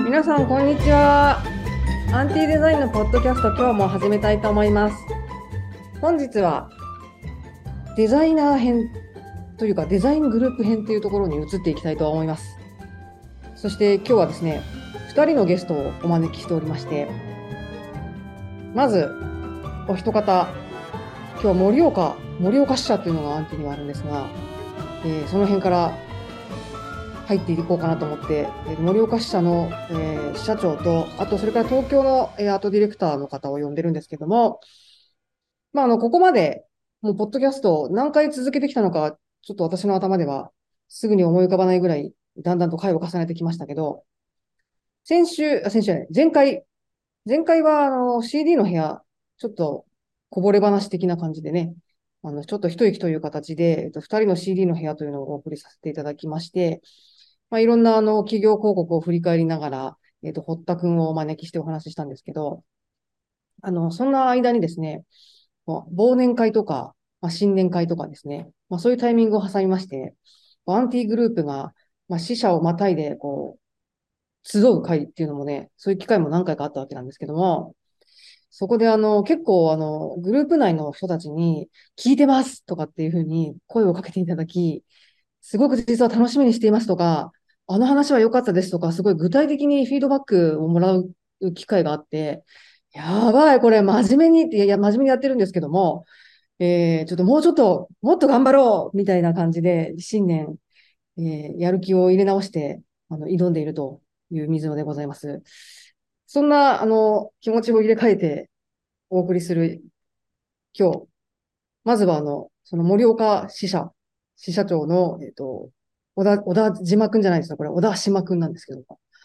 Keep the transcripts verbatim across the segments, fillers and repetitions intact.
皆さん、こんにちは。アンティデザインのポッドキャスト、今日も始めたいと思います。本日はデザイナー編というか、デザイングループ編というところに移っていきたいと思います。そして今日はですね、ふたりのゲストをお招きしておりまして、まず、お一方、今日は盛岡、盛岡支社というのがアンティにはあるんですが、えーその辺から入っていこうかなと思って、えー盛岡支社の、えー支社長と、あとそれから東京の、えーアートディレクターの方を呼んでるんですけども、まあ、あの、ここまで、もう、ポッドキャストを何回続けてきたのか、ちょっと私の頭ではすぐに思い浮かばないぐらい、だんだんと回を重ねてきましたけど、先週、あ、先週じゃない、前回、前回は、あの、シーディー の部屋、ちょっとこぼれ話的な感じでね、あの、ちょっと一息という形で、えっと、二人の シーディー の部屋というのをお送りさせていただきまして、まあ、いろんな、あの、企業広告を振り返りながら、えっと、堀田くんをお招きしてお話ししたんですけど、あの、そんな間にですね、まあ忘年会とか、まあ、新年会とかですね、まあ、そういうタイミングを挟みまして、アンティグループが、まあ、死者をまたいで、こう、集う会っていうのもね、そういう機会も何回かあったわけなんですけども、そこであの、結構あの、グループ内の人たちに、聞いてますとかっていうふうに声をかけていただき、すごく実は楽しみにしていますとか、あの話は良かったですとか、すごい具体的にフィードバックをもらう機会があって、やばい、これ真面目にって、いや、真面目にやってるんですけども、えーちょっともうちょっと、もっと頑張ろうみたいな感じで、新年、えーやる気を入れ直して、あの、挑んでいるという水野でございます。そんな、あの、気持ちを入れ替えてお送りする今日、まずは、あの、その盛岡支社、支社長の、えっと、小田、小田島くんじゃないですか、これ、小田島くんなんですけど、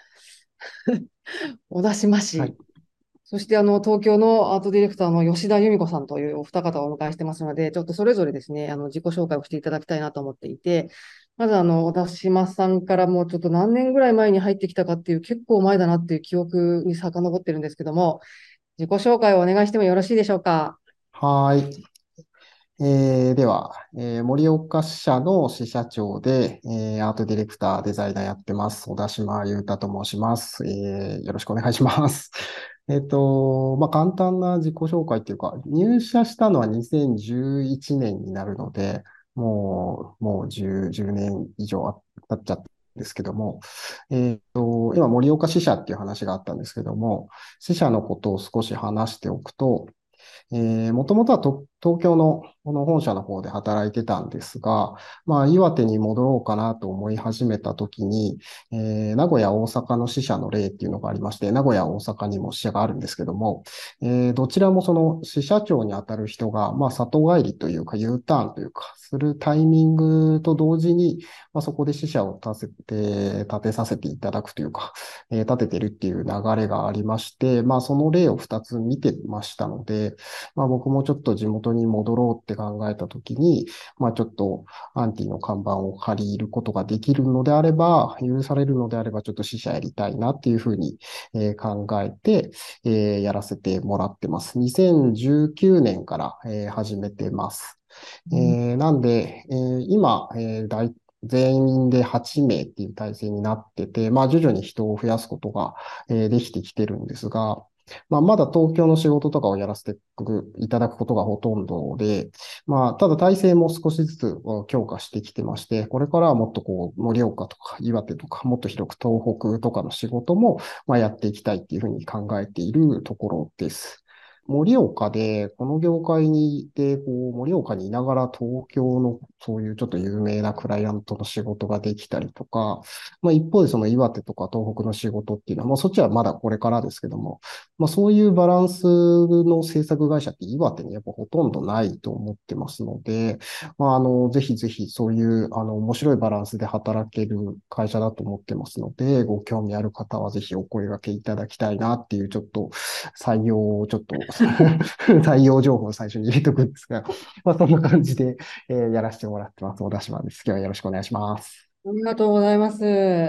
小田島市。 はい。 そして、あの、東京のアートディレクターの吉田由美子さんというお二方をお迎えしてますので、ちょっとそれぞれですね、あの、自己紹介をしていただきたいなと思っていて、まず、あの、小田島さんからもうちょっと何年ぐらい前に入ってきたかっていう、結構前だなっていう記憶に遡ってるんですけども、自己紹介をお願いしてもよろしいでしょうか。 はーい。えーでは、えー盛岡支社の支社長で、えーアートディレクター、デザイナーやってます。小田島優太と申します。えーよろしくお願いします。えっと、まあ、簡単な自己紹介っていうか、入社したのはにせんじゅういちねんになるので、もう、もうじゅう、じゅうねん以上経っちゃったんですけども、えっと、今、盛岡支社っていう話があったんですけども、支社のことを少し話しておくと、えー、もともとはと東京のこの本社の方で働いてたんですが、まあ、岩手に戻ろうかなと思い始めたときに、えー名古屋、大阪の支社の例っていうのがありまして、名古屋、大阪にも支社があるんですけども、えーどちらもその支社長に当たる人が、まあ、里帰りというか U ターンというか、するタイミングと同時に、まあ、そこで支社を立てて、立てさせていただくというか、えー立ててるっていう流れがありまして、まあ、その例をふたつ見てましたので、まあ僕もちょっと地元に戻ろうって考えたときに、まあちょっとアンティの看板を借りることができるのであれば、許されるのであれば、ちょっと支社やりたいなっていうふうに、えー考えて、えーやらせてもらってます。にせんじゅうきゅうねんから、えー始めてます。えーなんで、えー今、えー大全員ではちめいっていう体制になってて、まあ徐々に人を増やすことが、えーできてきてるんですが、まあ、まだ東京の仕事とかをやらせていただくことがほとんどで、まあ、ただ体制も少しずつ強化してきてまして、これからはもっとこう、盛岡とか岩手とか、もっと広く東北とかの仕事も、まあ、やっていきたいっていうふうに考えているところです。盛岡で、この業界にいて、こう、盛岡にいながら東京のそういうちょっと有名なクライアントの仕事ができたりとか、まあ一方でその岩手とか東北の仕事っていうのは、もうそっちはまだこれからですけども、まあそういうバランスの制作会社って岩手にやっぱほとんどないと思ってますので、まああの、ぜひぜひそういうあの面白いバランスで働ける会社だと思ってますので、ご興味ある方はぜひお声掛けいただきたいなっていうちょっと採用をちょっと採用情報を最初に入れとくんですが、まあそんな感じで、えーやらせてもらってます。小田島です。今日はよろしくお願いします。 ありがとうございます。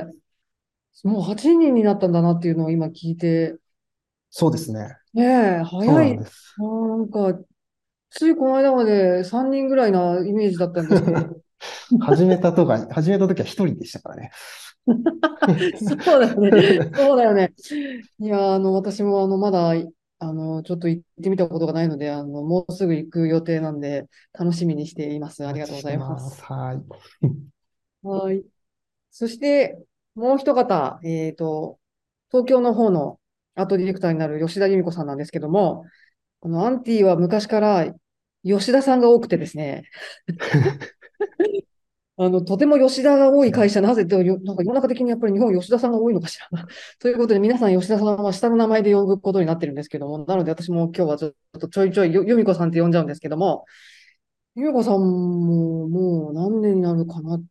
もうはちにんになったんだなっていうのを今聞いて、 そうですね。 ねえ、 そう早い。 なんです。 なんか、ついこの間までさんにんぐらいなイメージだったんですけど、 始めたとか、始めた時は一人でしたからね。 そうだよね。そうだよね。いや、あの、私も、あの、まだ、あの、ちょっと行ってみたことがないので、あの、もうすぐ行く予定なんで、楽しみにしています。 おありがとうござ待ちしてます。 います。 はい。 はい。そして、もう一方、えっと、東京の方のアートディレクターになる吉田由美子さんなんですけども、あの、アンティは昔から吉田さんが多くてですね、あの、とても吉田が多い会社、なぜという、なんか世の中的にやっぱり日本吉田さんが多いのかしら。ということで、皆さん吉田さんは下の名前で呼ぶことになってるんですけども、なので私も今日はちょっとちょいちょいよ由美子さんって呼んじゃうんですけども、由美子さんももう何年になるかなって、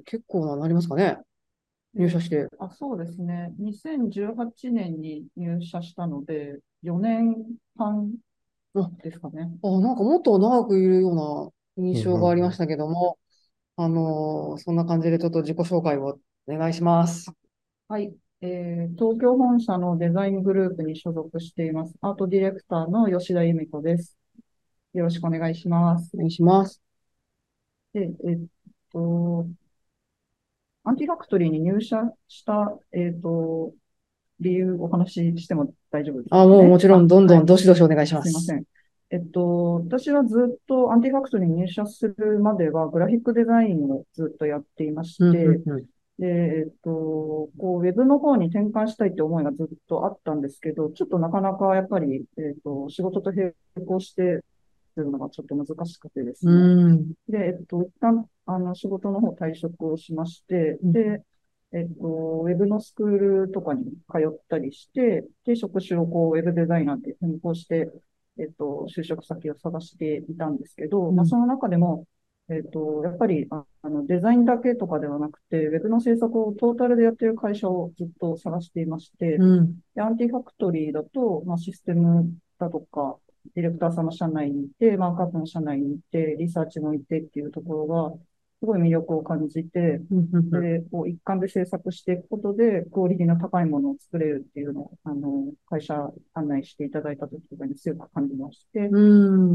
結構な、なりますかね。 えー入社して。 あ、そうですね。にせんじゅうはちねんに入社したので、よねんはんあ、 ですかね。 あ、なんかもっと長くいるような印うん象うんうん。 がありましたけども、あのーそんな感じでちょっと自己紹介をお願いします。 はい。えー東京本社のデザイングループに所属しています。アートディレクターの吉田由美子です。よろしくお願いします。 お願いします。 で、えっと、アンティファクトリーに入社した、えっと、理由お話ししても大丈夫ですあ、もうもかね。あ、 ちろんどんはい。 どんどしどしお願いします。 すいません。えっと、私はずっとアンティファクトリーに入社するまではグラフィックデザインをずっとやっていましうん、うて、 ん、うん。 で、えっと、こう、ウェブの方に転換したいって思いがずっとあったんですけど、ちょっとなかなかやっぱり、えっと、仕事と並行してするのがちょっと難しくてですうね。 ん。 で、えっと、一旦、あの、仕事の方退職をしまして、 うんで、えっと、ウェブのスクールとかに通ったりして、で、職種をこう、ウェブデザイナーって変更して、えっと、就職先を探していたんですけど、まあ、 うん。 その中でも、えっと、やっぱり、ああの、デザインだけとかではなくて、ウェブの制作をトータルでやっている会社をずっと探していまして、 うん。 で、アンティファクトリーだと、まあ、システムだとか、ディレクターさんの社内にいて、マークアップの社内にいて、リサーチもいてっていうところが、すごい魅力を感じて、 うん。うん。 で、こう一貫で制作していくことで、クオリティの高いものを作れるっていうのを、あの、会社案内していただいたときとかに強く感じまして、 うん。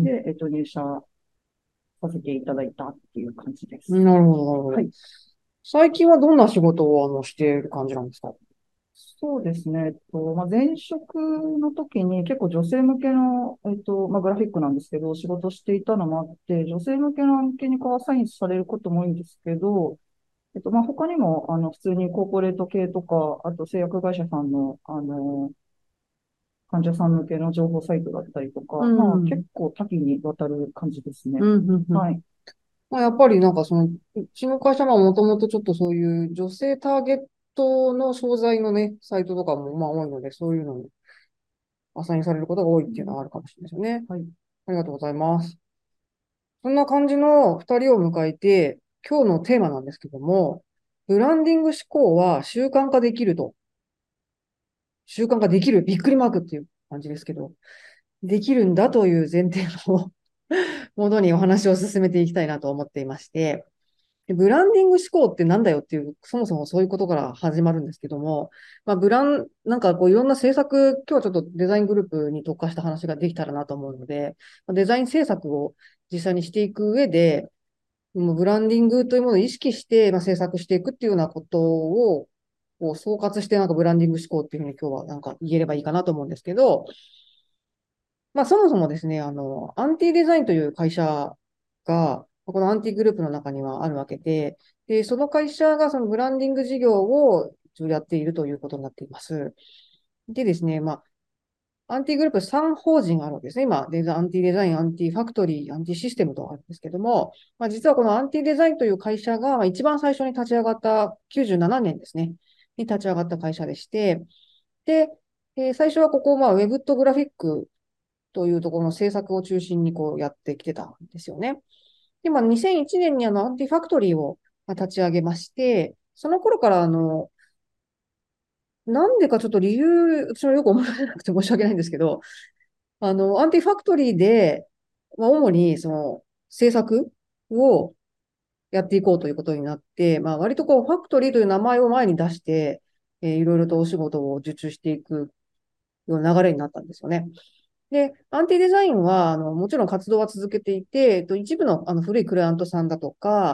で、えっと、入社させていただいたっていう感じです。 なるほど、なるほど。 はい。 最近はどんな仕事をあのしている感じなんですか？ そうですね。えっと、まあ、前職の時に結構女性向けの、えっと、まあ、グラフィックなんですけど、仕事していたのもあって、女性向けの案件にこうアサインされることも多いんですけど、えっと、まあ、他にも、あの、普通にコーポレート系とか、あと製薬会社さんの、あの、患者さん向けの情報サイトだったりとうか、まあ、結ん。 構多岐にわたる感じですね。 うん。うん。うん。 はい。 まあ、やっぱりなんかその、うちの会社はもともとちょっとそういう女性ターゲットの商材のね、サイトとかもまあ多いので、そういうのにアサインされることが多いっていうのはあるかもしれないですよね。 はい。 ありがとうございます。そんな感じの二人を迎えて、今日のテーマなんですけども、ブランディング思考は習慣化できると。習慣化できる、びっくりマークっていう感じですけど、できるんだという前提のもとにお話を進めていきたいなと思っていまして、でブランディング思考ってなんだよっていう、そもそもそういうことから始まるんですけども、まあ、ブラン、なんかこういろんな制作、今日はちょっとデザイングループに特化した話ができたらなと思うので、まあデザイン制作を実際にしていく上で、もうブランディングというものを意識して、まあ、制作していくっていうようなことを、こう総括してなんかブランディング思考っていうふうに今日はなんか言えればいいかなと思うんですけど、まあそもそもですね、あの、アンティデザインという会社が、このアンティグループの中にはあるわけで、で、その会社がそのブランディング事業を一応やっているということになっています。でですね、まあ、アンティグループさん法人あるわけですね。今、デザアンティデザイン、アンティファクトリー、アンティシステムとあるんですけども、まあ、実はこのアンティデザインという会社が、まあ、一番最初に立ち上がったきゅうじゅうななねんですね、に立ち上がった会社でして、で、えー最初はここ、まあ、ウェブとグラフィックというところの制作を中心にこうやってきてたんですよね。で、まあ、にせんいちねんにあのアンティファクトリーをまあ立ち上げまして、その頃からあの、なんでかちょっと理由、私もよく思い出せなくて申し訳ないんですけど、あの、アンティファクトリーで、まあ、主にその制作をやっていこうということになって、まあ、割とこう、ファクトリーという名前を前に出して、えーいろいろとお仕事を受注していくような流れになったんですよね。で、アンティデザインは、あの、もちろん活動は続けていて、えっと、一部の、あの古いクライアントさんだとか、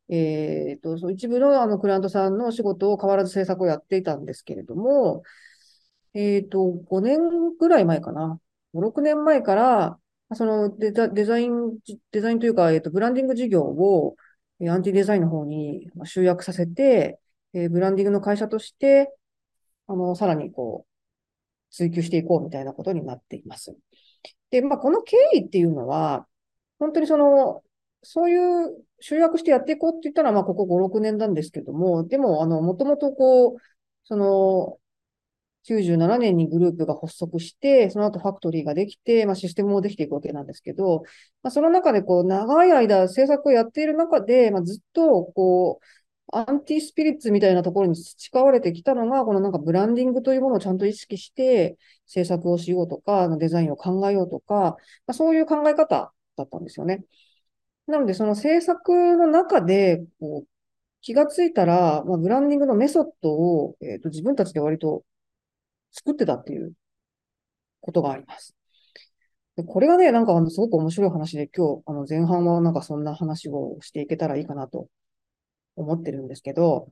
えっと、そう一部のあのクライアントさんの仕事を変わらず制作をやっていたんですけれども、えっと、ごねんぐらい前かな。ご、ろくねんまえから、そのデザ、デザイン、デザインというか、えっと、ブランディング事業を、えーアンティデザインの方にまあ集約させて、えーブランディングの会社として、あの、さらにこう、追求していこうみたいなことになっています。で、まあ、この経緯っていうのは、本当にその、そういう集約してやっていこうって言ったら、まあ、ここご、ろくねんなんですけども、でも、あの、もともとこう、その、きゅうじゅうななねんにグループが発足して、その後ファクトリーができて、まあ、システムもできていくわけなんですけど、まあ、その中でこう、長い間制作をやっている中で、まあ、ずっとこう、アンティスピリッツみたいなところに培われてきたのが、このなんかブランディングというものをちゃんと意識して制作をしようとか、デザインを考えようとか、まあ、そういう考え方だったんですよね。なので、その制作の中で、こう、気がついたら、まあ、ブランディングのメソッドを、えっと、自分たちで割と作ってたっていうことがあります。で、これがね、なんかあの、すごく面白い話で、今日、あの、前半はなんかそんな話をしていけたらいいかなと思ってるんですけど、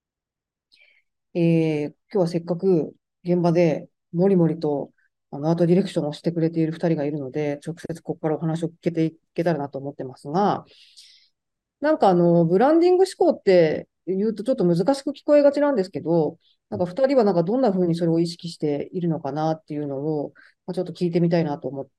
えー、今日はせっかく現場でもりもりとあのアートディレクションをしてくれているふたりがいるので、直接ここからお話を聞けていけたらなと思ってますが、なんかあの、ブランディング思考って言うとちょっと難しく聞こえがちなんですけど、なんかふたりはなんかどんな風にそれを意識しているのかなっていうのを、まあ、ちょっと聞いてみたいなと思って、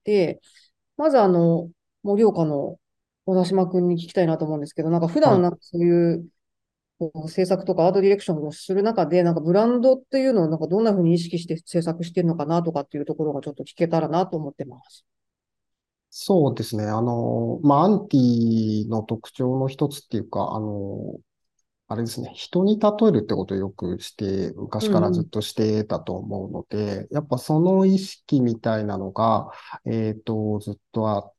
まずあの、盛岡の小田島君に聞きたいなと思うんですけど、なんか普はい。 段なんかそういうこう制作とかアートディレクションをする中で、なんかブランドっていうのをなんかどんな風に意識して制作してるのかなとかっていうところがちょっと聞けたらなと思ってます。 そうですね。あの、まあ、アンティの特徴の一つっていうか、あの、あれですね。人に例えるってことをよくして、昔からずっうんうん。 としてたと思うので、やっぱその意識みたいなのが、えっと、ずっとあって、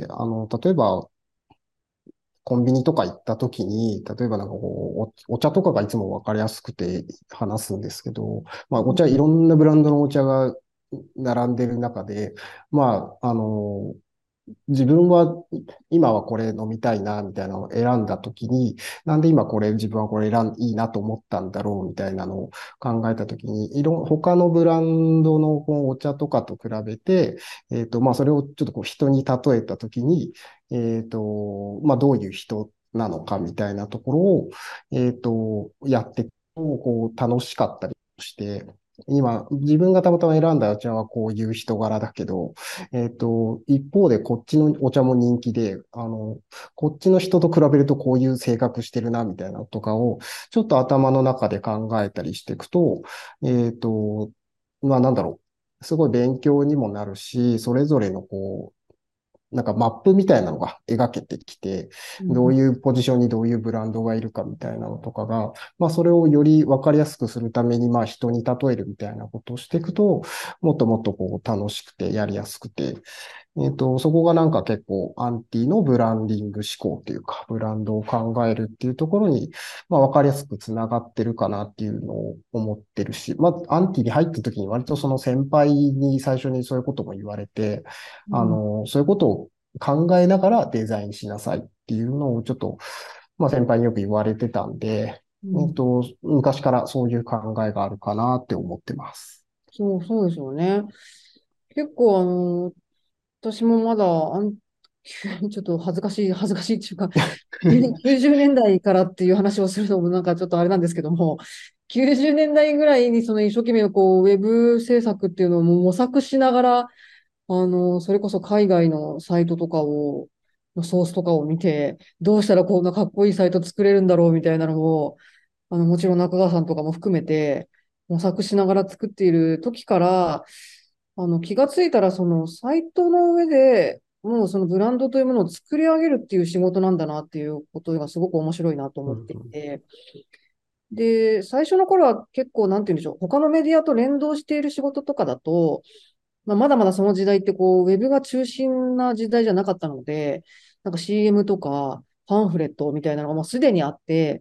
あの、例えば、コンビニとか行った時に、例えばなんかこう、お、お茶とかがいつもわかりやすくて話すんですけど、まあ、お茶、いろんなブランドのお茶が並んでる中で、まあ、あの、自分は今はこれ飲みたいな、みたいなのを選んだときに、なんで今これ自分はこれ選ん、いいなと思ったんだろう、みたいなのを考えたときに、いろ、他のブランドのこうお茶とかと比べて、えっと、まあそれをちょっとこう人に例えたときに、えっと、まあどういう人なのかみたいなところを、えっと、やっていくと、こう楽しかったりして、今、自分がたまたま選んだお茶はこういう人柄だけど、えっと、一方でこっちのお茶も人気で、あの、こっちの人と比べるとこういう性格してるな、みたいなのとかを、ちょっと頭の中で考えたりしていくと、えっと、まあなんだろう。すごい勉強にもなるし、それぞれのこなんかマップみたいなのが描けてきて、どううんいうポジションにどういうブランドがいるかみたいなのとかが、まあそれをよりわかりやすくするために、まあ人に例えるみたいなことをしていくと、もっともっとこう楽しくてやりやすくて、えっと、そこがなんか結構アンティのブランディング思考というか、ブランドを考えるっていうところに、まあわかりやすくつながってるかなっていうのを思ってるし、まあアンティに入った時に割とその先輩に最初にそういうことも言われて、あうんの、そういうことを考えながらデザインしなさいっていうのをちょっと、まあ先輩によく言われてたんで、えっうん。 と、昔からそういう考えがあるかなって思ってます。 そう、そうですよね。結構あの、私もまだ、あん、ちょっと恥ずかしい、恥ずかしいっていうか、きゅうじゅうねんだいからっていう話をするのもなんかちょっとあれなんですけども、きゅうじゅうねんだいぐらいにその一生懸命こう、ウェブ制作っていうのをもう模索しながら、あの、それこそ海外のサイトとかを、のソースとかを見て、どうしたらこんなかっこいいサイト作れるんだろうみたいなのを、あの、もちろん中川さんとかも含めて、模索しながら作っている時から、あの、気がついたら、その、サイトの上でもうそのブランドというものを作り上げるっていう仕事なんだなっていうことがすごく面白いなと思っていうんうんて、で、最初の頃は結構、なんて言うんでしょう、他のメディアと連動している仕事とかだと、まあ、まだまだその時代ってこう、ウェブが中心な時代じゃなかったので、なんか シーエム とかパンフレットみたいなのがもうすでにあって、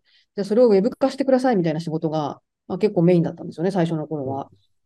じゃあそれをウェブ化してくださいみたいな仕事が、まあ、結構メインだったんですよね、最初の頃は。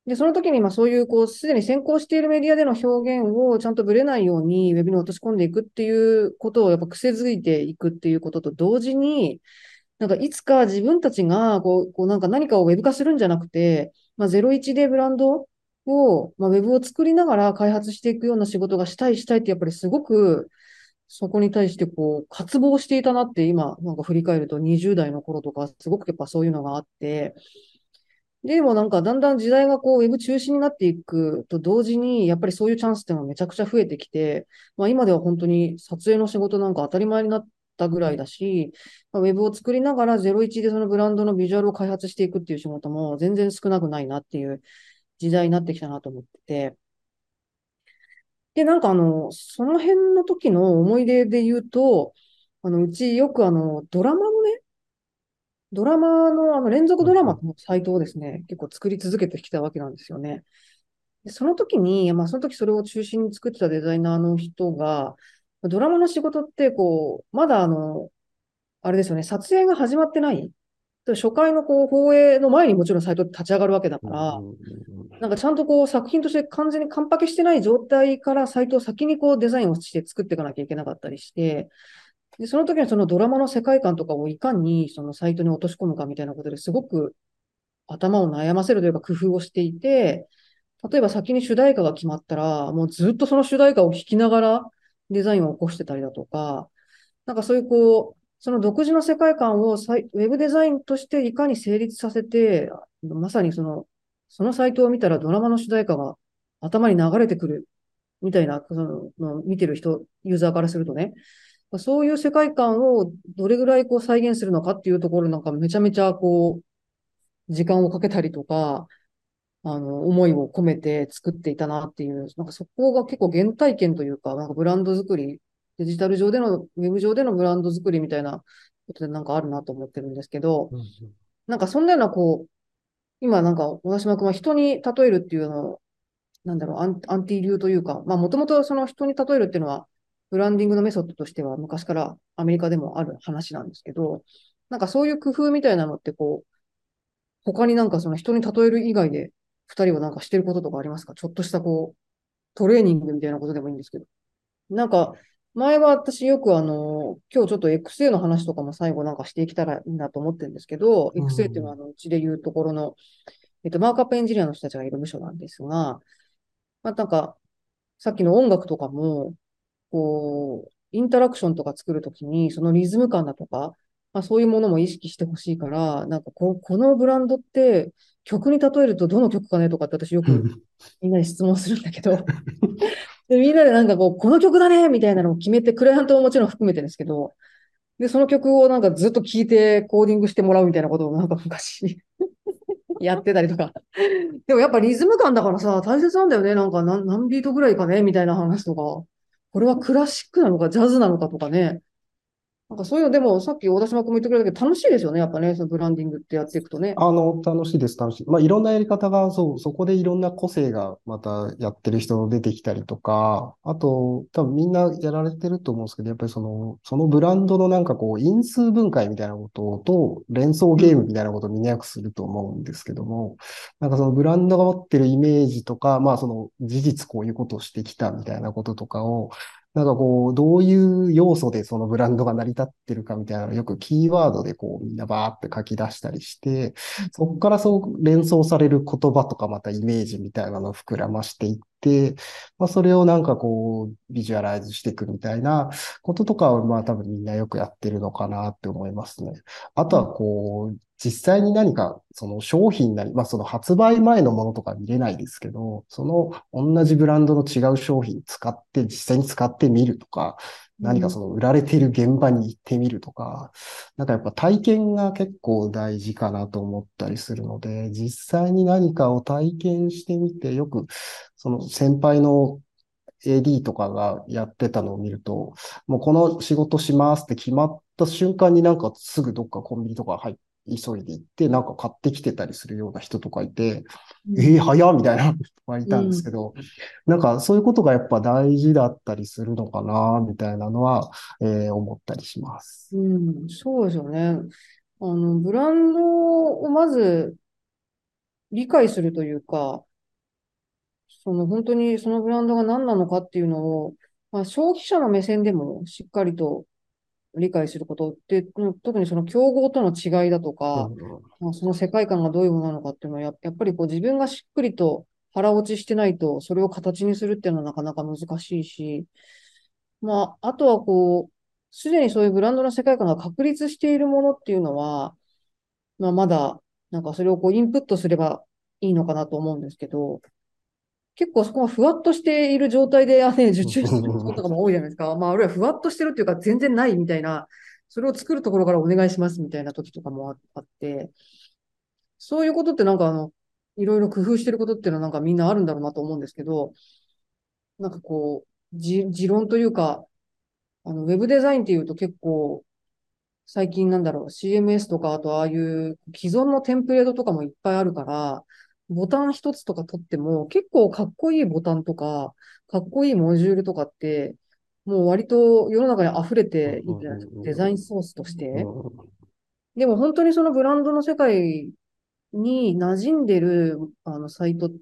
で、その時に、まあそういう、こう、すでに先行しているメディアでの表現をちゃんとぶれないように、ウェブに落とし込んでいくっていうことを、やっぱ癖づいていくっていうことと同時に、なんかいつか自分たちが、こう、こうなんか何かをウェブ化するんじゃなくて、まあゼロイチでブランドを、まあウェブを作りながら開発していくような仕事がしたいしたいって、やっぱりすごく、そこに対してこう、渇望していたなって今、なんか振り返るとにじゅう代の頃とか、すごくやっぱそういうのがあって、でもなんかだんだん時代がこう、ウェブ中心になっていくと同時に、やっぱりそういうチャンスっていうのがめちゃくちゃ増えてきて、まあ今では本当に撮影の仕事なんか当たり前になったぐらいだし、まあ、ウェブを作りながらゼロイチでそのブランドのビジュアルを開発していくっていう仕事も全然少なくないなっていう時代になってきたなと思ってて、で、なんかあの、その辺の時の思い出で言うと、あの、うちよくあの、ドラマのね、ドラマのあの連続ドラマのサイトをですね、結構作り続けてきたわけなんですよね。で、その時に、まあその時それを中心に作ってたデザイナーの人が、ドラマの仕事ってこう、まだあの、あれですよね、撮影が始まってない。初回のこう放映の前にもちろんサイトって立ち上がるわけだから、なんかちゃんとこう作品として完全に完パケしてない状態からサイトを先にこうデザインをして作っていかなきゃいけなかったりして、で、その時にそのドラマの世界観とかをいかにそのサイトに落とし込むかみたいなことですごく頭を悩ませるというか工夫をしていて、例えば先に主題歌が決まったら、もうずっとその主題歌を弾きながらデザインを起こしてたりだとか、なんかそういうこう、その独自の世界観をサイウェブデザインとしていかに成立させて、まさにその、そのサイトを見たらドラマの主題歌が頭に流れてくるみたいな、その、の見てる人、ユーザーからするとね、そういう世界観をどれぐらいこう再現するのかっていうところなんかめちゃめちゃこう、時間をかけたりとか、あの、思いを込めて作っていたなっていう、なんかそこが結構原体験というか、なんかブランド作り、デジタル上での、ウェブ上でのブランド作りみたいなことでなんかあるなと思ってるんですけど、なんかそんなようなこう、今なんか小田島君は人に例えるっていうのを、なんだろう、アン、アンティ流というか、まあもともとその人に例えるっていうのは、ブランディングのメソッドとしては昔からアメリカでもある話なんですけど、なんかそういう工夫みたいなのってこう、他になんかその人に例える以外で、二人はなんかしてることとかありますか？ちょっとしたこう、トレーニングみたいなことでもいいんですけど。なんか、前は私よくあの、今日ちょっと エックスエー の話とかも最後なんかしていけたらいいなと思ってるんですけど、 うエックスエー っていうのはあん。 の、うちでいうところの、えっと、マークアップエンジニアの人たちがいる部署なんですが、まあなんか、さっきの音楽とかも、こう、インタラクションとか作るときに、そのリズム感だとか、まあ、そういうものも意識してほしいから、なんかこ、このブランドって曲に例えるとどの曲かねとかって私よくみんなに質問するんだけど、で、みんなでなんかこう、この曲だねみたいなのを決めて、クライアントももちろん含めてですけど、で、その曲をなんかずっと聴いてコーディングしてもらうみたいなことをなんか昔やってたりとか。でもやっぱリズム感だからさ、大切なんだよね。なんか何、何ビートぐらいかねみたいな話とか。これはクラシックなのか、ジャズなのかとかね。なんかそういうのでも、さっき大田島君も言ってくれたけど、楽しいですよね。やっぱね、そのブランディングってやっていくとね。 あの、楽しいです、楽しい。まあ、いろんなやり方が、そう、そこでいろんな個性がまたやってる人出てきたりとか、あと、多分みんなやられてると思うんですけど、やっぱりその、そのブランドのなんかこう、因数分解みたいなことと、連想うん。 ゲームみたいなことをみんなよくすると思うんですけども、なんかそのブランドが持ってるイメージとか、まあその事実こういうことをしてきたみたいなこととかを、なんかこう、どういう要素でそのブランドが成り立ってるかみたいなのをよくキーワードでこうみんなバーって書き出したりして、そこからそう連想される言葉とかまたイメージみたいなのを膨らましていって、まあ、それをなんかこうビジュアライズしていくみたいなこととかはまあ多分みんなよくやってるのかなって思いますね。あとはうん。 こう、実際に何かその商品なり、まあその発売前のものとか見れないですけど、その同じブランドの違う商品使って、実際に使ってみるとか、何かうん。 その売られている現場に行ってみるとか、なんかやっぱ体験が結構大事かなと思ったりするので、実際に何かを体験してみて、よくその先輩の エーディー とかがやってたのを見ると、もうこの仕事しますって決まった瞬間になんかすぐどっかコンビニとか入って、急いで行って、なんか買ってきてたりするような人とかいて、ええー、 うん。 早っみたいな人がいたんですうん。 けど、なんかそういうことがやっぱ大事だったりするのかな、みたいなのは、えー思ったりします。 うん、そうですよね。あの、ブランドをまず理解するというか、 その本当にそのブランドが何なのかっていうのを、まあ、消費者の目線でもしっかりと理解することって、うん特にその競合との違いだとか、 うん、 まあ、その世界観がどういうものなのかっていうのはや、やっぱりこう自分がしっくりと腹落ちしてないと、それを形にするっていうのはなかなか難しいし、まあ、あとはこう、すでにそういうブランドの世界観が確立しているものっていうのは、まあ、まだ、なんかそれをこうインプットすればいいのかなと思うんですけど、結構そこがふわっとしている状態で、あ、ね、受注してる人とかも多いじゃないですか。まあ、あるいはふわっとしてるっていうか、全然ないみたいな、それを作るところからお願いしますみたいな時とかもああって、そういうことってなんかあの、いろいろ工夫してることっていうのはなんかみんなあるんだろうなと思うんですけど、なんかこう、じ、持論というか、あの、ウェブデザインっていうと結構、最近なんだろう、シーエムエス とか、あとああいう既存のテンプレートとかもいっぱいあるから、ボタン一つとか取っても、結構かっこいいボタンとか、かっこいいモジュールとかって、もう割と世の中に溢れうん、 ているじゃないですか。デザインソースとして。でも本当にそのブランドの世界に馴染んでるあのサイトって、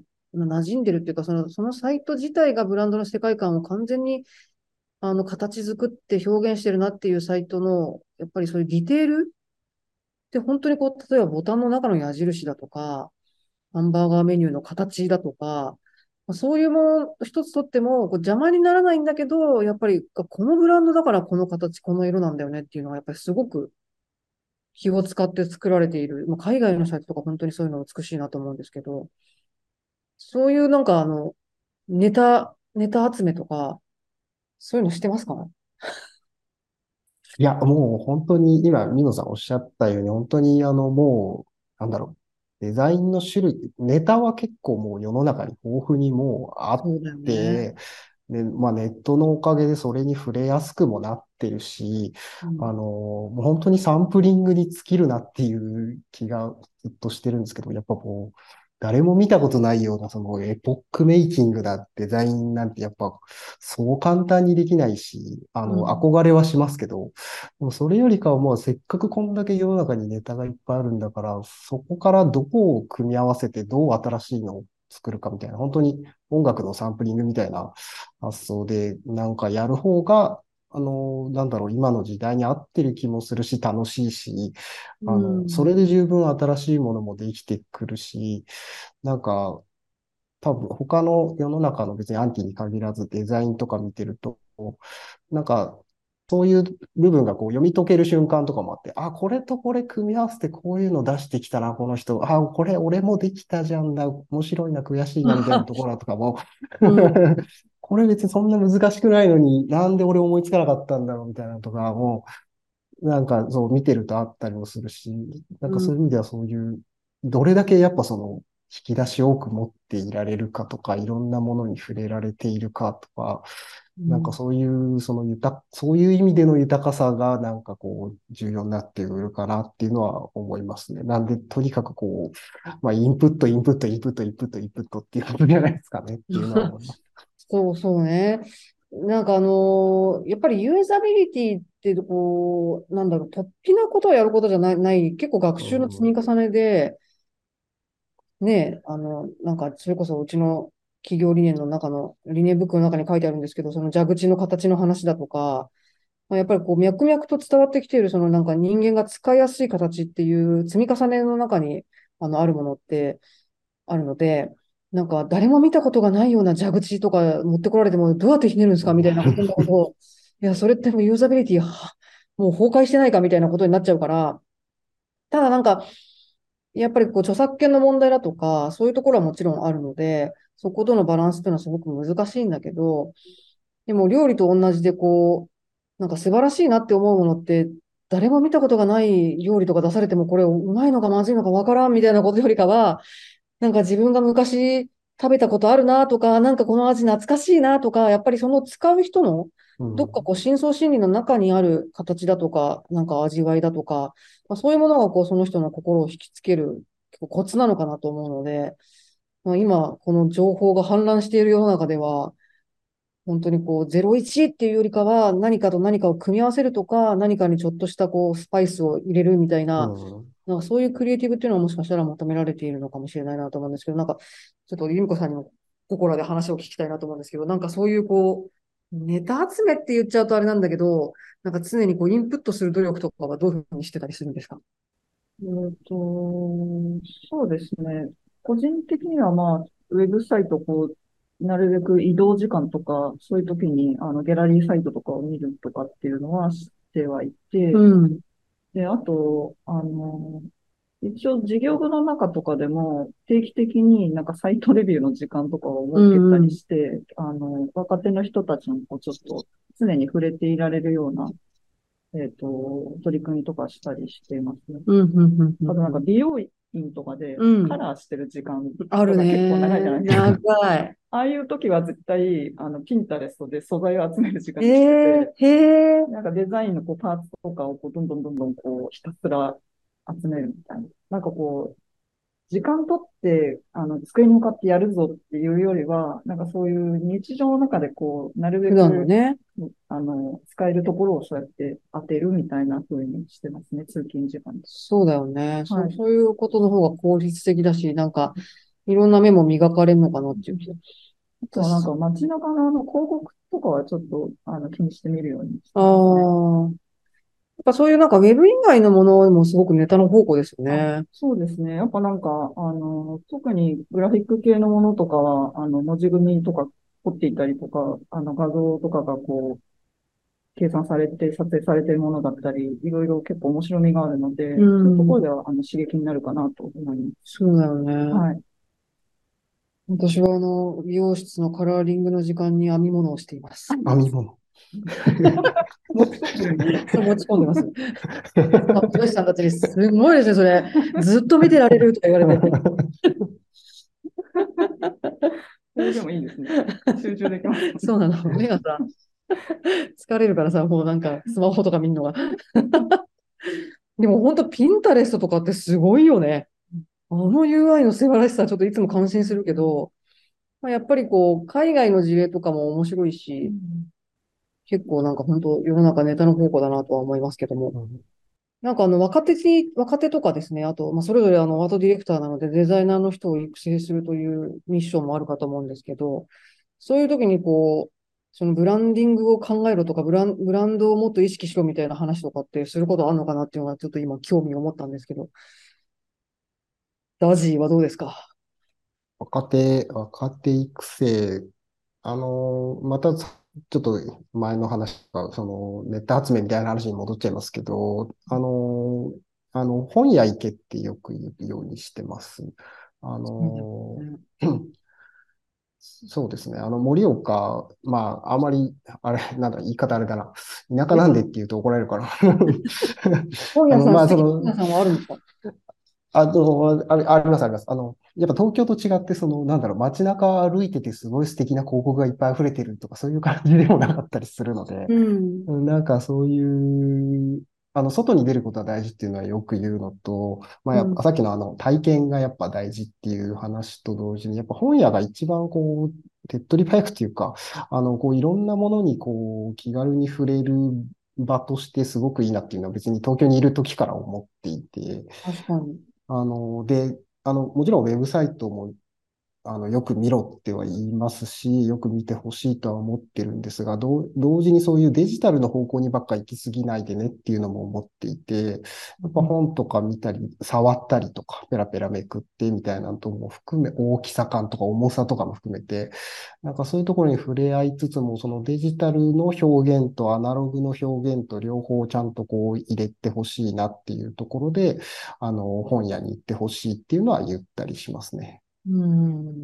まあ馴染んでるっていうか、その、そのサイト自体がブランドの世界観を完全にあの形作って表現してるなっていうサイトの、やっぱりそういうディテールで、本当にこう、例えばボタンの中の矢印だとか、ハンバーガーメニューの形だとか、まあそういうもの一つとってもこう邪魔にならないんだけど、やっぱりこのブランドだからこの形、この色なんだよねっていうのは、やっぱりすごく気を使って作られている。まあ、海外のサイトとか本当にそういうの美しいなと思うんですけど、そういうなんかあの、ネタ、ネタ集めとか、そういうのしてますか？ いや、もう本当に今、ミノさんおっしゃったように、本当にあの、もう、なんだろう、デザインの種類、ネタは結構もう世の中に豊富にもうあっそうだよね。 て、で、まあネットのおかげでそれに触れやすくもなってるし、 うん。 あの、もう本当にサンプリングに尽きるなっていう気がずっとしてるんですけど、やっぱこう、誰も見たことないようなそのエポックメイキングなデザインなんてやっぱそう簡単にできないし、あの、 うん。 憧れはしますけど、でもそれよりかはもうせっかくこんだけ世の中にネタがいっぱいあるんだから、そこからどこを組み合わせてどう新しいのを作るかみたいな、本当に音楽のサンプリングみたいな発想でなんかやる方が、あの、なんだろう、今の時代に合ってる気もするし、楽しいし、 うあの、それん。 で十分新しいものもできてくるし、なんか、多分他の世の中の別にアンティに限らずデザインとか見てると、なんか、そういう部分がこう読み解ける瞬間とかもあって、あ、これとこれ組み合わせてこういうの出してきたな、この人。あ、これ俺もできたじゃんだ。面白いな、悔しいな、みたいなところとかもうん。 これ別にそんな難しくないのに、なんで俺思いつかなかったんだろう、みたいなのとかも、なんかそう見てるとあったりもするし、なんうん。 かそういう意味ではそういう、どれだけやっぱその、引き出しを多く持っていられるかとか、いろんなものに触れられているかとか、なんかうん。 そういう、その豊、そういう意味での豊かさがなんかこう、重要になってくるかなっていうのは思いますね。なんで、とにかくこう、まあ、インプット、インプット、インプット、インプット、インプットっていうことじゃないですかねっていうのは思います。 そうそうね。なんかあのーやっぱりユーザビリティってこう、なんだろう、突飛なことをやることじゃない、ない、結構学う習の積みん、 重ねで、ね、あの、なんかそれこそうちの企業理念の中の、理念ブックの中に書いてあるんですけど、その蛇口の形の話だとか、まあ、やっぱりこう脈々と伝わってきているそのなんか人間が使いやすい形っていう積み重ねの中にあのあるものってあるので、なんか誰も見たことがないような蛇口とか持ってこられてもどうやってひねるんですかみたいなことのことを、いや、それってもうユーザビリティはもう崩壊してないかみたいなことになっちゃうから、ただなんか、やっぱりこう著作権の問題だとか、そういうところはもちろんあるので、そことのバランスっていうのはすごく難しいんだけど、でも料理と同じでこう、なんか素晴らしいなって思うものって、誰も見たことがない料理とか出されてもこれうまいのかまずいのかわからんみたいなことよりかは、なんか自分が昔食べたことあるなとか、なんかこの味懐かしいなとか、やっぱりその使う人のうん、 どっかこう深層心理の中にある形だとか、なんか味わいだとか、まあ、そういうものがこうその人の心を引きつける結構コツなのかなと思うので、まあ、今この情報が氾濫している世の中では、本当にこうゼロイチっていうよりかは何かと何かを組み合わせるとか、何かにちょっとしたこうスパイスを入れるみたいうな、 ん。 なんかそういうクリエイティブっていうのはもしかしたら求められているのかもしれないなと思うんですけど、なんかちょっと由美子さんにもここらで話を聞きたいなと思うんですけど、なんかそういうこう、ネタ集めって言っちゃうとあれなんだけど、なんか常にこうインプットする努力とかはどういうふうにしてたりするんですか？ えっと、そうですね。個人的にはまあ、ウェブサイトこう、なるべく移動時間とか、そういう時に、あの、ギャラリーサイトとかを見るとかっていうのはしてはいて、 うん。 で、あと、あの、一応事業部の中とかでも定期的になんかサイトレビューの時間とかをう設けたりんうん。 して、あの、若手の人たちにこうちょっと常に触れていられるような、えっと、取り組みとかしたりしていますね。 うんうんうんうあとなんんうん。 か美容院とかでうん。 カラーしてる時間あるとか結構長いじゃね。 ないですか。 長い。 ああいう時は絶対、あの、ピンタレストで素材を集める時間えにしてて、 えへえ。 なんかデザインのこうパーツとかをこうどんどんどんどんこうひたすら集めるみたいな。なんかこう、時間取って、あの、机に向かってやるぞっていうよりは、なんかそういう日常の中でこう、なるべ普段のく、 ね。 あの、使えるところをそうやって当てるみたいな風にしてますね、通勤時間に。 そうだよね。そう、 はい。 そういうことの方が効率的だし、なんか、いろんな面も磨かれるのかなっていう気が。 あとはなん私、 か街中のあの広告とかはちょっと、あの、気にしてみるようにしあてますね。 あ、やっぱそういうなんかウェブ以外のものもすごくネタの宝庫ですよあ、 ね。 そうですね。やっぱなんか、あの、特にグラフィック系のものとかは、あの、文字組みとか凝っていたりとか、あの、画像とかがこう、計算されて、撮影されているものだったり、いろいろ結構面白みがあるので、 うそういうとこん、 ろでは、あの、刺激になるかなと思います。 そうだよね。 はい。 私はあの、美容室のカラーリングの時間に編み物をしています。 編み物。 持ち込んでるんですそう持ち込んでます。あ美容師さんたちにすごいですね、それ。ずっと見てられるとか言われて。 それでもいいですね。集中できます。 そうなの。目がさ、疲れるからさ、もうなんかスマホとか見るのが。でも本当ピンタレストとかってすごいよね。あの ユーアイ の素晴らしさ、ちょっといつも感心するけど、まあ、やっぱりこう、海外の事例とかも面白いし、 うん。 結構なんか本当世の中ネタの宝庫だなとは思いますけども。 うん。 なんかあの若手に、若手とかですね、あと、まあ、それぞれあのアートディレクターなのでデザイナーの人を育成するというミッションもあるかと思うんですけど、そういう時にこう、そのブランディングを考えろとか、ブラン、ブランドをもっと意識しろみたいな話とかってすることあるのかなっていうのがちょっと今興味を持ったんですけど、ダジーはどうですか？ 若手、若手育成、あの、また、ちょっと前の話とか、その、ネタ集めみたいな話に戻っちゃいますけど、あの、あの、本屋行けってよく言うようにしてます。あうんだの、 ね。 そうですね。あの、盛岡、まあ、あまり、あれ、なんだ、言い方あれだな。田舎いや、 なんでって言うと怒られるかな。あの、 本屋さん、 まあ、 素その、 敵な本屋さんはあるんですか？ あの、あれ、あります、あります。あの、やっぱ東京と違って、その、なんだろう、街中歩いててすごい素敵な広告がいっぱい溢れてるとか、そういう感じでもなかったりするので、 うん。 なんかそういう、あの、外に出ることは大事っていうのはよく言うのと、まあ、 うん。 やっぱさっきのあの、体験がやっぱ大事っていう話と同時に、やっぱ本屋が一番こう、手っ取り早くっていうか、あの、こう、いろんなものにこう、気軽に触れる場としてすごくいいなっていうのは別に東京にいる時から思っていて、 確かに。 あの、で、あの、もちろんウェブサイトもあの、よく見ろっては言いますし、よく見てほしいとは思ってるんですが、同同時にそういうデジタルの方向にばっか行き過ぎないでねっていうのも思っていて、やっぱ本とか見たり、触ったりとか、ペラペラめくってみたいなのとも含め、大きさ感とか重さとかも含めて、なんかそういうところに触れ合いつつも、そのデジタルの表現とアナログの表現と両方ちゃんとこう入れてほしいなっていうところで、あの、本屋に行ってほしいっていうのは言ったりしますね。 うん。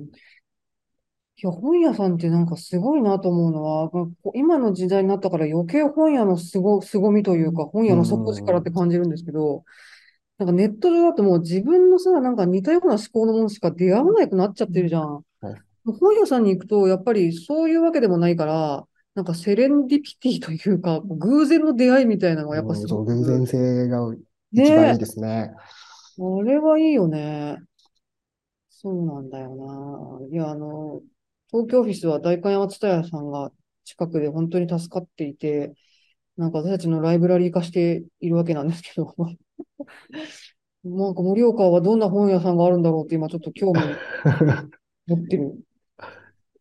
いや、本屋さんってなんかすごいなと思うのは、こう今の時代になったから余計本屋のすご、凄みというか、本う屋の底力ってん。 感じるんですけど、なんかネット上だともう自分のさ、なんか似たような思考のものしか出会わなくなっちゃってるじゃん。 はい。 本屋さんに行くと、やっぱりそういうわけでもないから、なんかセレンディピティというか、偶然の出会いみたいなのがやっぱうん、 すその偶然ごく、 性がね一番いいえ、 ですね。 あれはいいよね。そうなんだよな。いや、あの、東京オフィスは代官山蔦屋さんが近くで本当に助かっていて、なんか私たちのライブラリー化しているわけなんですけど、なんか盛岡はどんな本屋さんがあるんだろうって今ちょっと興味持ってる。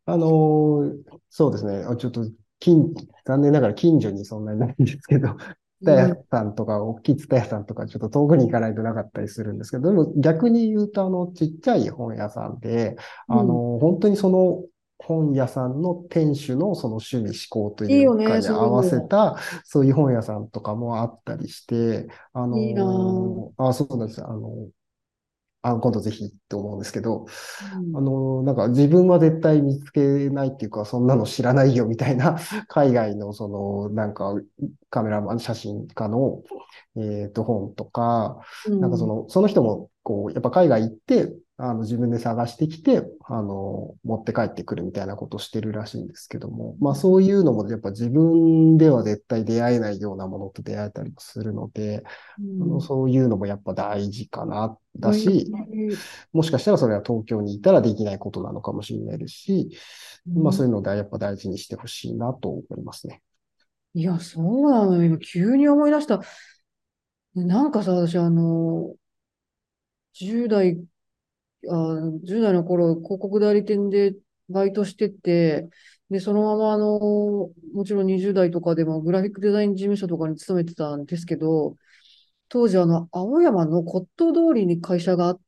あのーそうですね。あちょっと、近、残念ながら近所にそんなにないんですけど、ツタうん。 ヤさんとか、大きいツタヤさんとか、ちょっと遠くに行かないとなかったりするんですけど、でも逆に言うと、あの、ちっちゃい本屋さんで、 うん。 あの、本当にその本屋さんの店主のその趣味思考といういいよね、そういうかに合わせの。 た、そういう本屋さんとかもあったりして、あいいなぁ。 の、あ、そうなんです。あの、あ、今度ぜひと思うんですけど、 うん。 あの、なんか自分は絶対見つけないっていうか、そんなの知らないよみたいな、海外のその、なんかカメラマン、写真家の、えっと、本とか、 うん。 なんかその、その人も、こう、やっぱ海外行って、あの、自分で探してきて、あの、持って帰ってくるみたいなことをしてるらしいんですけども、まあそういうのもやっぱ自分では絶対出会えないようなものと出会えたりもするので、あの、 うん。 そういうのもやっぱ大事かな、だ大し、 事。 もしかしたらそれは東京にいたらできないことなのかもしれないですし、まあそういうのでやっぱ大事にしてほしいなと思いますね。 いや、そうなのよ。今、急に思い出した。なんかさ、私、あの、じゅう代、あ、じゅう代の頃、広告代理店でバイトしてて、で、そのまま、あの、もちろんにじゅう代とかでもグラフィックデザイン事務所とかに勤めてたんですけど、当時、あの、青山の骨董通りに会社があって、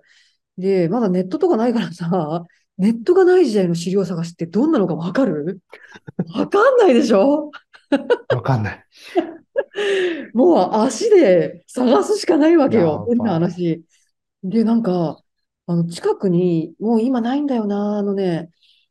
で、まだネットとかないからさ、ネットがない時代の資料探しってどんなのかわかる？わかんないでしょ？ わかんない。 もう足で探すしかないわけよ。変なやば。 話。で、なんか、あの、近くに、もう今ないんだよな、あのね、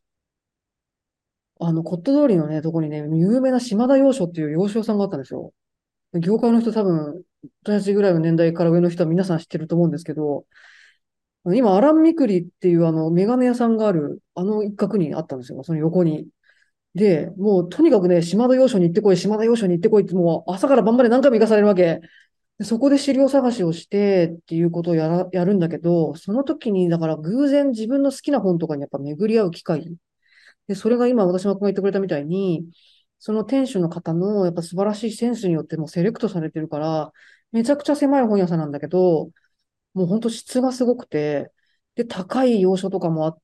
あの、コット通りのね、とこにね、有名な島田洋書っていう洋書屋さんがあったんですよ。業界の人多分、私たちぐらいの年代から上の人は皆さん知ってると思うんですけど、今、アラン・ミクリっていうあの、メガネ屋さんがある、あの一角にあったんですよ、その横に。で、もうとにかくね、島田洋書に行ってこい、島田洋書に行ってこいって、もう朝から晩まで何回も行かされるわけ。でそこで資料探しをしてっていうことをやら、やるんだけど、その時に、だから偶然自分の好きな本とかにやっぱ巡り合う機会。で、それが今私の子が言ってくれたみたいに、その店主の方のやっぱ素晴らしいセンスによってもうセレクトされてるから、めちゃくちゃ狭い本屋さんなんだけど、もう本当質がすごくて、で、高い洋書とかもあって、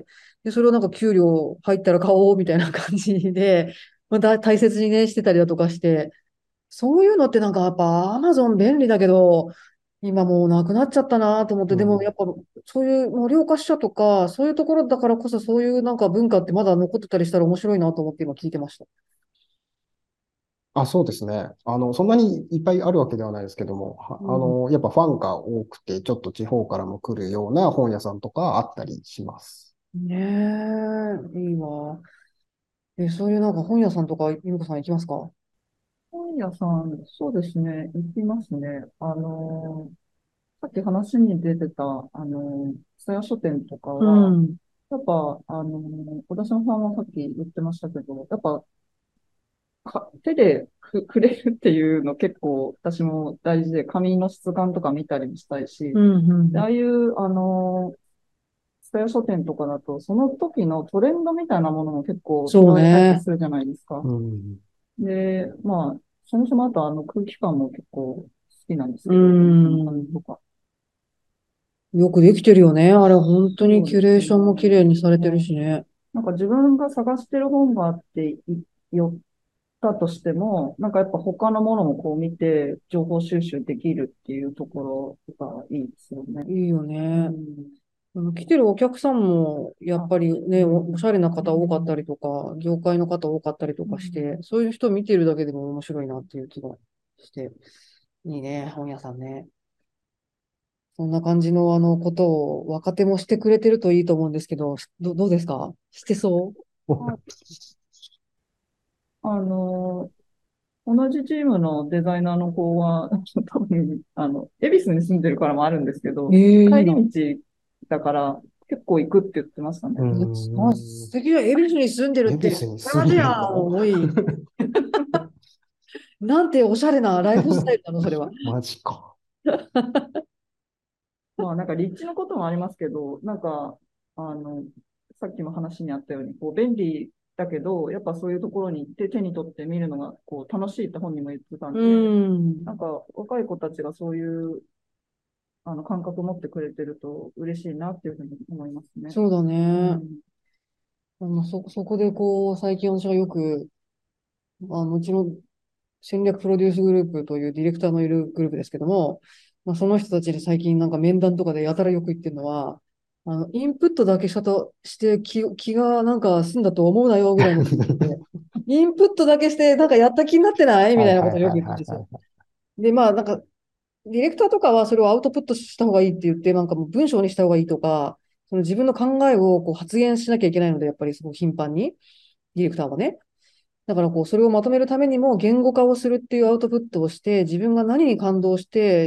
で、それをなんか給料入ったら買おうみたいな感じで、また大切にね、してたりだとかして、そういうのってなんかやっぱアマゾン便利だけど、今もうなくなっちゃったなと思って、でもうん。 やっぱそういう盛岡支社とか、そういうところだからこそそういうなんか文化ってまだ残ってたりしたら面白いなと思って今聞いてました。 あ、そうですね。あの、そんなにいっぱいあるわけではないですけども、はうん。 あの、やっぱファンが多くて、ちょっと地方からも来るような本屋さんとかあったりします。 ねえ、いいわ。え、そういうなんか本屋さんとか、ゆうこさん行きますか？ 本屋さん、そうですね、行きますね。あのーさっき話に出てた、あのー、蔦屋書店とかうは、 ん。 やっぱ、あのー、小田島さんはさっき言ってましたけど、やっぱか、手でく、くれるっていうの結構私も大事で、紙の質感とか見たりもしたいし、 うん、うで、あん。 あいう、あのー、蔦屋書店とかだと、その時のトレンドみたいなものも結構拾そうえたりね。 するじゃないですか。 うん。 で、まあ、そもそもあとあの空気感も結構好きなんですうけど、店舗の感じん。 とか。 よくできてるよね。あれ、本当にそうですね。 キュレーションも綺麗にされてるね、 しね。 なんか自分が探してる本があってい寄ったとしても、なんかやっぱ他のものもこう見て情報収集できるっていうところがいいですよね。 いいようね。 ん。 あの来てるお客さんも、やっぱりね、お、おしゃれな方多かったりとか、業界の方多かったりとかして、そういう人を見てるだけでも面白いなっていう気がして、いいね、本屋さんね。そんな感じのあのことを若手もしてくれてるといいと思うんですけど、ど、どうですか？してそあ、あの、同じチームのデザイナーの子は、多分、あの、恵比寿に住んでるからもあるんですけう？ ど、 ええ、いいな。 帰り道だから結構行くって言ってましたね。 うあ、 ん。 素敵だ。恵比寿に住んでる恵比って、 寿に住ん羨ましいな、 でるの？ 思い。なんておしゃれなライフスタイルなの、それは。 マジか。 まあなんか立地のこともありますけど、なんか、あの、さっきも話にあったように、こう便利だけど、やっぱそういうところに行って手に取って見るのがこう楽しいって本人も言ってたうんで、 ん。 なんか若い子たちがそういうあの感覚を持ってくれてると嬉しいなっていうふうに思いますね。 そうだね。 うん。 あの、そ、そこでこう、最近私がよく、あの、うちの戦略プロデュースグループというディレクターのいるグループですけども、まあ、その人たちで最近なんか面談とかでやたらよく言ってるのは、あの、インプットだけしたとして気、気がなんか済んだと思うなよぐらいのこと言って、インプットだけしてなんかやった気になってないみはいたいなことをよくはいはい言ってるんですよ。 はいはい。 で、まあなんか、ディレクターとかはそれをアウトプットした方がいいって言って、なんかもう文章にした方がいいとか、その自分の考えをこう発言しなきゃいけないので、やっぱりすごく頻繁に、ディレクターはね。だからこう、それをまとめるためにも言語化をするっていうアウトプットをして、自分が何に感動して、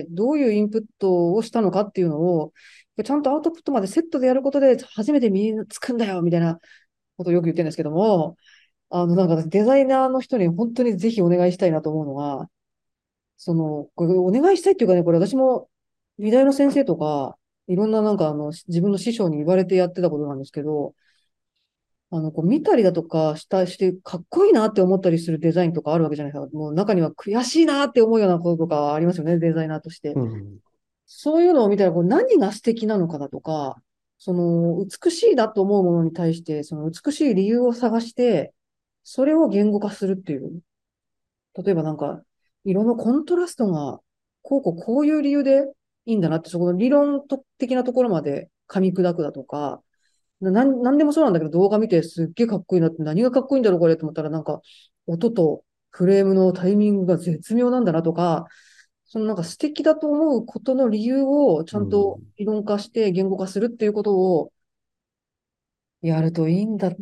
どういうインプットをしたのかっていうのを、ちゃんとアウトプットまでセットでやることで初めて身につくんだよ、みたいなことをよく言ってるんですけども、あの、なんかデザイナーの人に本当にぜひお願いしたいなと思うのが、その、これお願いしたいっていうかね、これ私も美大の先生とか、いろんななんかあの、自分の師匠に言われてやってたことなんですけど、あの、こう見たりだとかした、して、かっこいいなって思ったりするデザインとかあるわけじゃないですか。もう中には悔しいなって思うようなこととかありますよね、デザイナーとして。 うん。 そういうのを見たら、こう何が素敵なのかだとか、その美しいなと思うものに対して、その美しい理由を探して、それを言語化するっていう。例えばなんか、色のコントラストが、こうこうこういう理由でいいんだなって、そこの理論的なところまで噛み砕くだとか、な、なんなんでもそうなんだけど、動画見てすっげえかっこいいなって、何がかっこいいんだろうこれと思ったら、なんか、音とフレームのタイミングが絶妙なんだなとか、そのなんか素敵だと思うことの理由をちゃんとうん。 理論化して言語化するっていうことをやるといいんだって、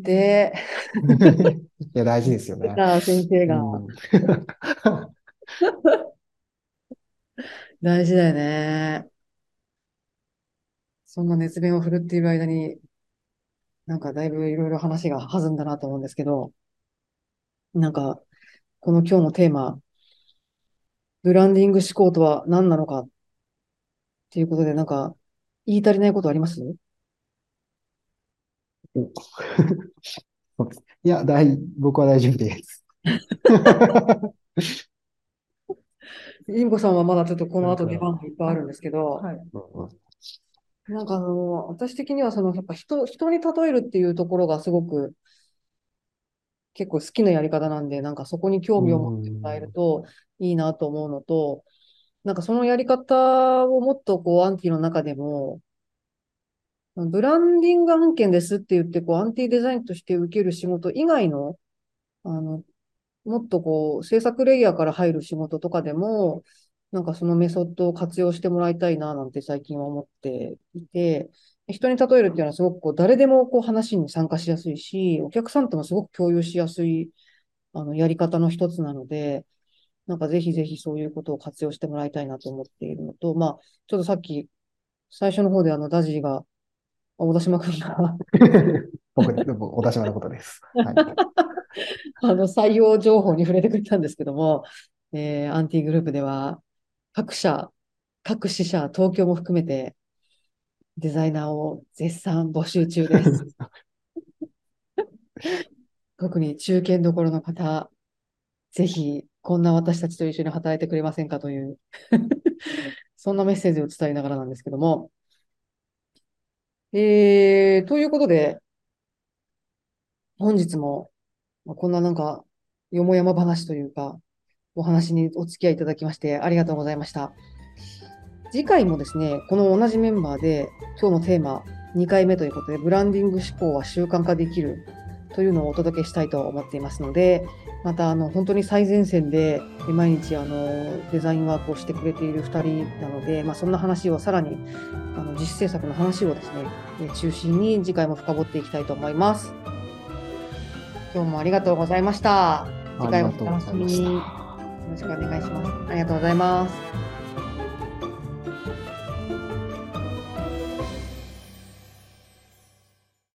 いや、大事ですよね。 先生が。 うん。 大事だよね。そんな熱弁を振るっている間に、なんかだいぶいろいろ話が弾んだなと思うんですけど、なんか、この今日のテーマ、ブランディング思考とは何なのかっていうことで、なんか、言い足りないことあります？ おそうです。いや、大、僕は大丈夫です。 インコさんはまだちょっとこの後出それから、 番がいっぱいあるんですけど、 はい。 うんうん、 なんかあの、私的にはその、やっぱ人、人に例えるっていうところがすごく結構好きなやり方なんで、なんかそこに興う味を持ってもらえるん。 といいなと思うのと、なんかそのやり方をもっとこうアンティの中でも、ブランディング案件ですって言って、こうアンティデザインとして受ける仕事以外の、あの、もっとこう制作レイヤーから入る仕事とかでも、なんかそのメソッドを活用してもらいたいななんて最近は思っていて、人に例えるっていうのはすごくこう誰でもこう話に参加しやすいし、お客さんともすごく共有しやすいあのやり方の一つなので、なんかぜひぜひそういうことを活用してもらいたいなと思っているのと、まあ、ちょっとさっき最初の方であのダジーが、小田島くんが僕、僕、小田島のことです。はい。 あの採用情報に触れてくれたんですけども、えーアンティグループでは各社、各支社、東京も含めてデザイナーを絶賛募集中です。特に中堅どころの方、ぜひこんな私たちと一緒に働いてくれませんかというそんなメッセージを伝えながらなんですけども、えー、ということで、本日もまあこんななんか、よもやま話というか、お話にお付き合いいただきましてありがとうございました。次回もですね、この同じメンバーで、今日のテーマにかいめということで、ブランディング思考は習慣化できるというのをお届けしたいと思っていますので、またあの本当に最前線で毎日あのデザインワークをしてくれているふたりなので、まあ、そんな話をさらにあの実制作の話をですね、中心に次回も深掘っていきたいと思います。今日もありがとうございました。次回もお楽しみに。よろしくお願いします。ありがとうございます。